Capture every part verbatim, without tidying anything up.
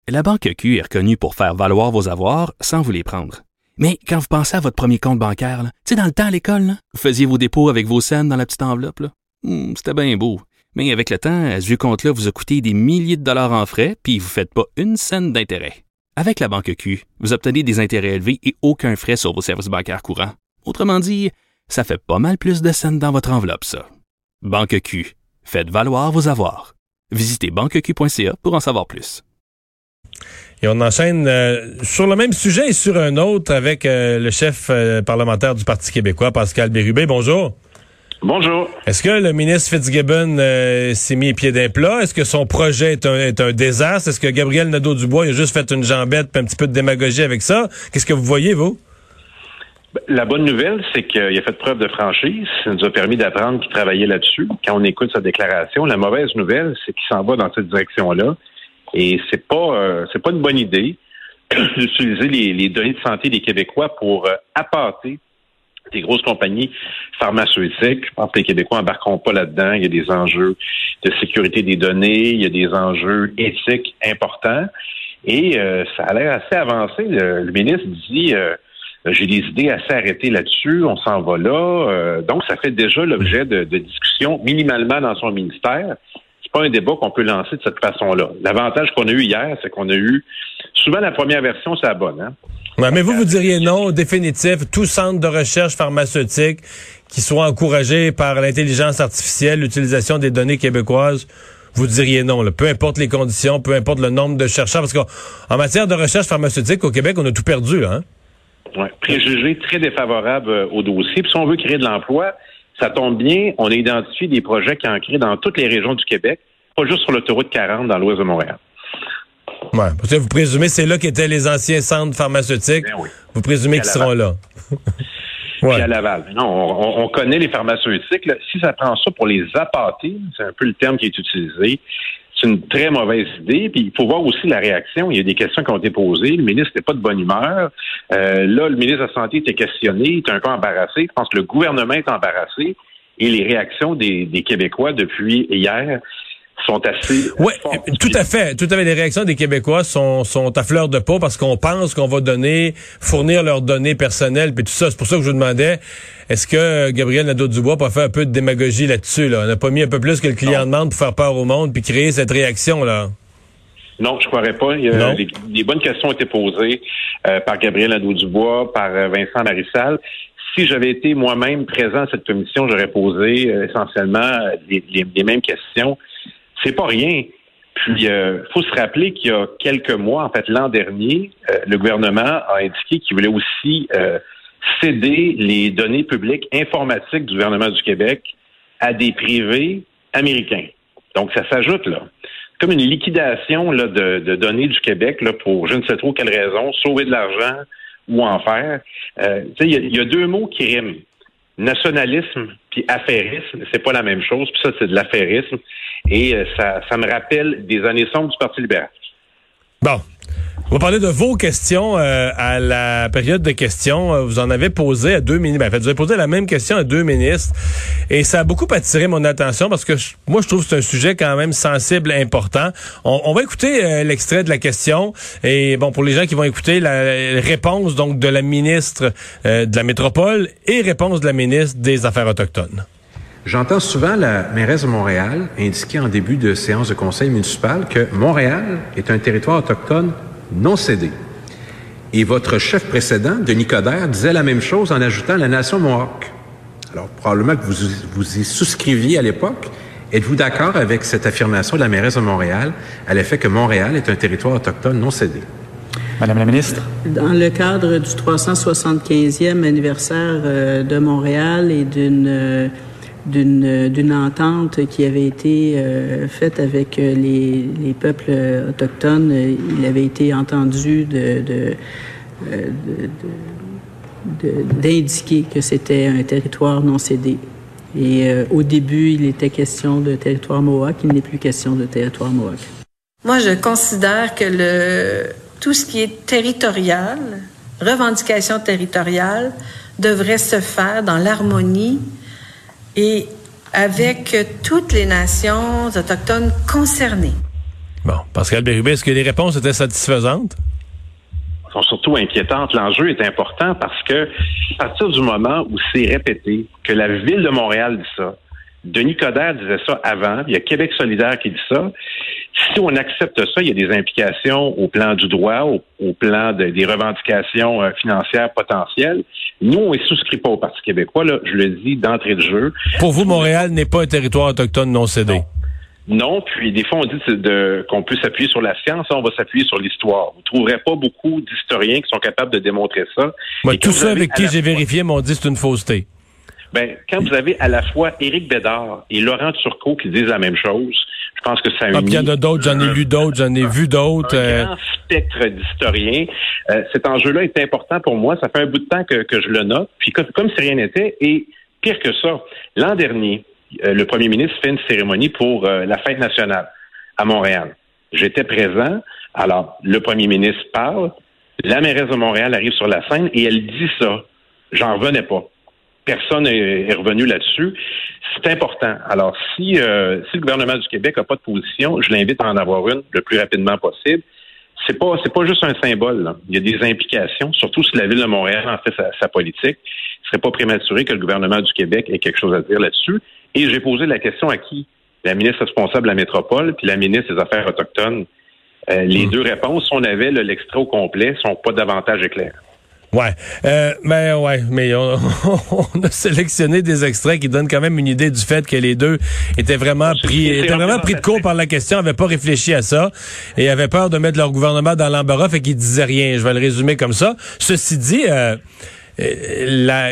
La Banque Q est reconnue pour faire valoir vos avoirs sans vous les prendre. Mais quand vous pensez à votre premier compte bancaire, tu sais, dans le temps à l'école, là, vous faisiez vos dépôts avec vos scènes dans la petite enveloppe. Là. Hum, c'était bien beau. Mais avec le temps, à ce vieux compte-là vous a coûté des milliers de dollars en frais, puis vous ne faites pas une scène d'intérêt. Avec la Banque Q, vous obtenez des intérêts élevés et aucun frais sur vos services bancaires courants. Autrement dit, ça fait pas mal plus de scènes dans votre enveloppe, ça. Banque Q. Faites valoir vos avoirs. Visitez banque q point c a pour en savoir plus. Et on enchaîne euh, sur le même sujet et sur un autre avec euh, le chef euh, parlementaire du Parti québécois, Pascal Bérubé. Bonjour. Bonjour. Est-ce que le ministre Fitzgibbon euh, s'est mis les pieds d'un plat? Est-ce que son projet est un, est un désastre? Est-ce que Gabriel Nadeau-Dubois il a juste fait une jambette puis un petit peu de démagogie avec ça? Qu'est-ce que vous voyez, vous? La bonne nouvelle, c'est qu'il a fait preuve de franchise. Ça nous a permis d'apprendre qu'il travaillait là-dessus. Quand on écoute sa déclaration, la mauvaise nouvelle, c'est qu'il s'en va dans cette direction-là. Et c'est pas euh, c'est pas une bonne idée d'utiliser les, les données de santé des Québécois pour euh, appâter des grosses compagnies pharmaceutiques. Je pense que les Québécois n'embarqueront pas là-dedans. Il y a des enjeux de sécurité des données, il y a des enjeux éthiques importants. Et euh, ça a l'air assez avancé. Le, le ministre dit euh, j'ai des idées assez arrêtées là-dessus, on s'en va là. Euh, donc, ça fait déjà l'objet de, de discussions minimalement dans son ministère. C'est pas un débat qu'on peut lancer de cette façon-là. L'avantage qu'on a eu hier, c'est qu'on a eu souvent la première version, c'est la bonne, hein? Ouais, mais vous, vous diriez non, définitif, tout centre de recherche pharmaceutique qui soit encouragé par l'intelligence artificielle, l'utilisation des données québécoises, vous diriez non, là. Peu importe les conditions, peu importe le nombre de chercheurs, parce qu'en matière de recherche pharmaceutique, au Québec, on a tout perdu, là, hein? Ouais, préjugés très défavorables euh, au dossier. Puis si on veut créer de l'emploi, ça tombe bien, on a identifié des projets qui en créent dans toutes les régions du Québec, pas juste sur l'autoroute quarante dans l'ouest de Montréal. Ouais, parce que vous présumez c'est là qu'étaient les anciens centres pharmaceutiques. Ben oui. Vous présumez qu'ils seront là. Ouais. Puis à Laval. Non, on, on connaît les pharmaceutiques. Là. Si ça prend ça pour les appâter, c'est un peu le terme qui est utilisé, c'est une très mauvaise idée. Puis il faut voir aussi la réaction. Il y a des questions qui ont été posées. Le ministre n'est pas de bonne humeur. Euh, là, le ministre de la Santé était questionné. Il est un peu embarrassé. Je pense que le gouvernement est embarrassé. Et les réactions des, des Québécois depuis hier sont assez... Oui, tout à fait. Tout à fait. Les réactions des Québécois sont, sont à fleur de peau parce qu'on pense qu'on va donner, fournir leurs données personnelles puis tout ça. C'est pour ça que je vous demandais, est-ce que Gabriel Nadeau-Dubois a fait un peu de démagogie là-dessus, là? On n'a pas mis un peu plus que le client demande pour faire peur au monde puis créer cette réaction-là? Non, je ne croirais pas. Il y a, les, les bonnes questions ont été posées euh, par Gabriel Nadeau-Dubois, par euh, Vincent Marissal. Si j'avais été moi-même présent à cette commission, j'aurais posé euh, essentiellement les, les, les mêmes questions. C'est pas rien. Puis, il euh, faut se rappeler qu'il y a quelques mois, en fait, l'an dernier, euh, le gouvernement a indiqué qu'il voulait aussi euh, céder les données publiques informatiques du gouvernement du Québec à des privés américains. Donc, ça s'ajoute, là. Comme une liquidation là, de, de données du Québec là, pour je ne sais trop quelle raison, sauver de l'argent ou en faire. Euh, tu sais, il y, y a deux mots qui riment. Nationalisme puis affairisme, c'est pas la même chose. Puis ça, c'est de l'affairisme. Et euh, ça, ça me rappelle des années sombres du Parti libéral. Bon. On va parler de vos questions euh, à la période de questions. Vous en avez posé à deux ministres. Ben, en fait, vous avez posé la même question à deux ministres. Et ça a beaucoup attiré mon attention parce que je, moi, je trouve que c'est un sujet quand même sensible, important. On, on va écouter euh, l'extrait de la question. Et bon, pour les gens qui vont écouter, la réponse donc de la ministre euh, de la Métropole et réponse de la ministre des Affaires autochtones. J'entends souvent la mairesse de Montréal indiquer en début de séance de conseil municipal que Montréal est un territoire autochtone non cédé. Et votre chef précédent, Denis Coderre, disait la même chose en ajoutant la nation Mohawk. Alors, probablement que vous, vous y souscriviez à l'époque. Êtes-vous d'accord avec cette affirmation de la mairesse de Montréal à l'effet que Montréal est un territoire autochtone non cédé? Madame la ministre. Dans le cadre du trois cent soixante-quinzième anniversaire de Montréal et d'une... Euh, d'une d'une entente qui avait été euh, faite avec les, les peuples autochtones. Il avait été entendu de, de, de, de, de, d'indiquer que c'était un territoire non cédé. Et euh, au début, il était question de territoire Mohawk, il n'est plus question de territoire Mohawk. Moi, je considère que le tout ce qui est territorial, revendication territoriale, devrait se faire dans l'harmonie et avec toutes les nations autochtones concernées. Bon, Pascal Bérubé, est-ce que les réponses étaient satisfaisantes? Sont surtout inquiétantes. L'enjeu est important parce que à partir du moment où c'est répété que la Ville de Montréal dit ça, Denis Coderre disait ça avant, il y a Québec solidaire qui dit ça, si on accepte ça, il y a des implications au plan du droit, au, au plan de, des revendications euh, financières potentielles. Nous, on ne souscrit pas au Parti québécois, là, je le dis d'entrée de jeu. Pour vous, Montréal n'est pas un territoire autochtone non cédé? Non. Non, puis des fois on dit de, de, qu'on peut s'appuyer sur la science, on va s'appuyer sur l'histoire. Vous ne trouverez pas beaucoup d'historiens qui sont capables de démontrer ça. Moi, tous ceux avec qui j'ai fois... vérifié m'ont dit que c'est une fausseté. Ben, quand vous avez à la fois Éric Bédard et Laurent Turcot qui disent la même chose, je pense que ça unit... Ah, puis il y en a d'autres, j'en ai lu d'autres, j'en ai vu d'autres. Un euh... grand spectre d'historiens. Euh, cet enjeu-là est important pour moi. Ça fait un bout de temps que, que je le note. Puis comme, comme si rien n'était, et pire que ça, l'an dernier, euh, le premier ministre fait une cérémonie pour euh, la fête nationale à Montréal. J'étais présent. Alors, le premier ministre parle, la mairesse de Montréal arrive sur la scène et elle dit ça. J'en revenais pas. Personne est revenu là-dessus. C'est important. Alors, si, euh, si le gouvernement du Québec n'a pas de position, je l'invite à en avoir une le plus rapidement possible. C'est pas, c'est pas juste un symbole, là. Il y a des implications, surtout si la Ville de Montréal en fait sa, sa politique. Il ne serait pas prématuré que le gouvernement du Québec ait quelque chose à dire là-dessus. Et j'ai posé la question à qui? La ministre responsable de la métropole puis la ministre des Affaires autochtones. Euh, les mmh. deux réponses, si on avait là, l'extrait au complet, sont pas davantage éclairées. Ouais, euh, mais ouais, mais on, on a sélectionné des extraits qui donnent quand même une idée du fait que les deux étaient vraiment pris, étaient vraiment pris de court par la question, avaient pas réfléchi à ça et avaient peur de mettre leur gouvernement dans l'embarras, fait qu'ils disaient rien. Je vais le résumer comme ça. Ceci dit, euh, la,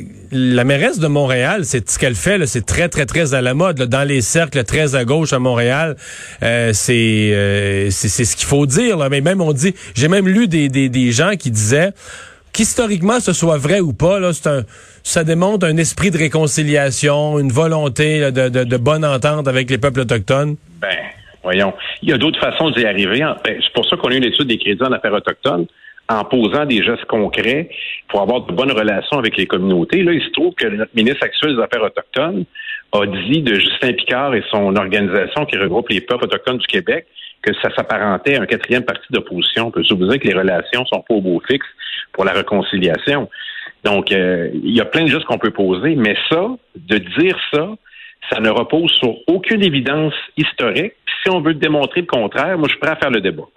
la mairesse de Montréal, c'est ce qu'elle fait, là, c'est très très très à la mode là, dans les cercles très à gauche à Montréal. Euh, c'est, euh, c'est c'est ce qu'il faut dire. Là. Mais même on dit, j'ai même lu des des, des gens qui disaient qu'historiquement, ce soit vrai ou pas, là, c'est un, ça démontre un esprit de réconciliation, une volonté là, de, de, de bonne entente avec les peuples autochtones. Ben, voyons. Il y a d'autres façons d'y arriver. Ben, c'est pour ça qu'on a eu une étude des crédits en affaires autochtones, en posant des gestes concrets pour avoir de bonnes relations avec les communautés. Là, il se trouve que notre ministre actuel des Affaires autochtones a dit de Justin Picard et son organisation qui regroupe les peuples autochtones du Québec que ça s'apparentait à un quatrième parti d'opposition. On peut se dire que les relations sont pas au beau fixe pour la réconciliation. Donc, euh, il y a plein de gestes qu'on peut poser, mais ça, de dire ça, ça ne repose sur aucune évidence historique. Puis si on veut démontrer le contraire, moi, je suis prêt à faire le débat.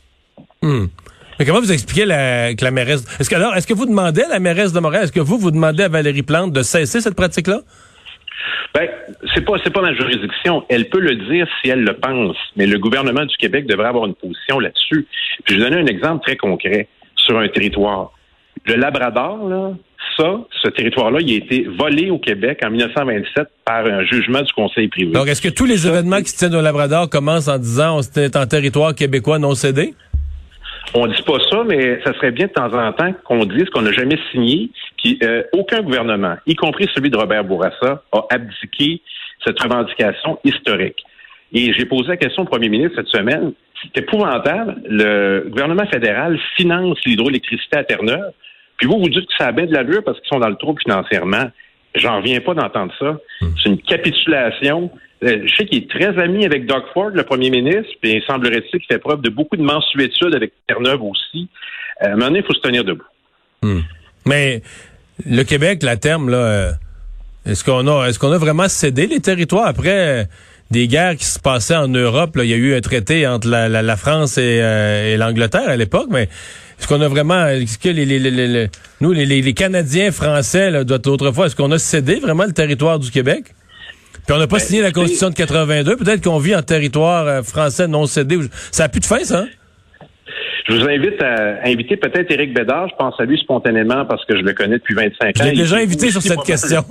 Hum. Mais comment vous expliquez la, que la mairesse... Est-ce que, alors, est-ce que vous demandez à la mairesse de Montréal, est-ce que vous, vous demandez à Valérie Plante de cesser cette pratique-là? Ben, c'est pas, c'est pas ma juridiction. Elle peut le dire si elle le pense, mais le gouvernement du Québec devrait avoir une position là-dessus. Puis je vais donner un exemple très concret sur un territoire. Le Labrador, là, ça, ce territoire-là, il a été volé au Québec en dix-neuf cent vingt-sept par un jugement du Conseil privé. Donc, est-ce que tous les événements qui se tiennent au Labrador commencent en disant on était en territoire québécois non cédé? On dit pas ça, mais ça serait bien de temps en temps qu'on dise qu'on n'a jamais signé, puis euh, aucun gouvernement, y compris celui de Robert Bourassa, a abdiqué cette revendication historique. Et j'ai posé la question au premier ministre cette semaine. C'est épouvantable. Le gouvernement fédéral finance l'hydroélectricité à Terre-Neuve, puis vous, vous dites que ça a bien de l'allure parce qu'ils sont dans le trou financièrement. J'en reviens pas d'entendre ça. C'est une capitulation. Je sais qu'il est très ami avec Doug Ford, le premier ministre, puis il semblerait-il qu'il fait preuve de beaucoup de mansuétude avec Terre-Neuve aussi. Euh, à un moment donné, il faut se tenir debout. Hmm. Mais le Québec, la terme, là, est-ce qu'on a est-ce qu'on a vraiment cédé les territoires après des guerres qui se passaient en Europe? Là, il y a eu un traité entre la, la, la France et, euh, et l'Angleterre à l'époque, mais est-ce qu'on a vraiment... Est-ce que les, les, les, les, nous, les, les Canadiens français, là, d'autrefois, est-ce qu'on a cédé vraiment le territoire du Québec? Puis on n'a pas ben, signé la Constitution de quatre-vingt-deux. Peut-être qu'on vit en territoire euh, français non cédé. Ça n'a plus de fin, ça? Je vous invite à, à inviter peut-être Éric Bédard. Je pense à lui spontanément parce que je le connais depuis vingt-cinq ans. Je l'ai déjà invité sur cette question.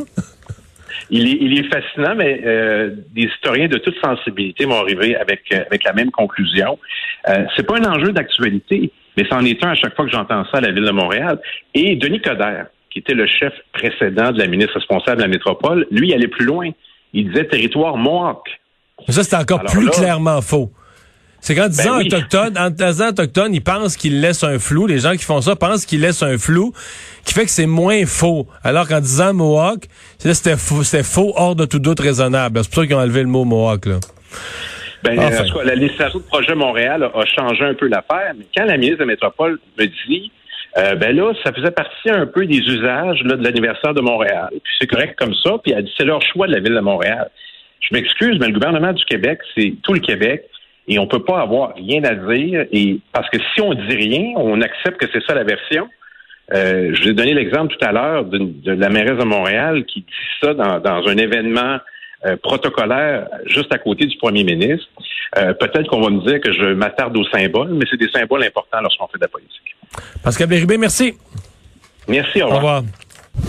Il est, il est fascinant, mais euh, des historiens de toute sensibilité vont arriver avec, avec la même conclusion. Euh, c'est pas un enjeu d'actualité, mais c'en est un à chaque fois que j'entends ça à la Ville de Montréal. Et Denis Coderre, qui était le chef précédent de la ministre responsable de la métropole, lui, il allait plus loin. Il disait territoire Mohawk. Ça, c'est encore Alors plus là, clairement faux. C'est qu'en disant ben oui. autochtone, en disant autochtone, ils pensent qu'ils laissent un flou. Les gens qui font ça pensent qu'ils laissent un flou qui fait que c'est moins faux. Alors qu'en disant Mohawk, c'était faux, c'était faux hors de tout doute raisonnable. C'est pour ça qu'ils ont enlevé le mot Mohawk, là. Ben, enfin. En tout cas, la législation de projet Montréal a, a changé un peu l'affaire, mais quand la ministre de la Métropole me dit, euh, ben là, ça faisait partie un peu des usages là, de l'anniversaire de Montréal. Puis c'est correct comme ça, puis elle dit, c'est leur choix de la Ville de Montréal. Je m'excuse, mais le gouvernement du Québec, c'est tout le Québec, et on peut pas avoir rien à dire, et parce que si on dit rien, on accepte que c'est ça la version. Euh, je vous ai donné l'exemple tout à l'heure de, de la mairesse de Montréal qui dit ça dans, dans un événement euh, protocolaire juste à côté du premier ministre. Euh, peut-être qu'on va me dire que je m'attarde aux symboles, mais c'est des symboles importants lorsqu'on fait de la politique. Pascal Bérubé, merci. Merci, au revoir. Au revoir.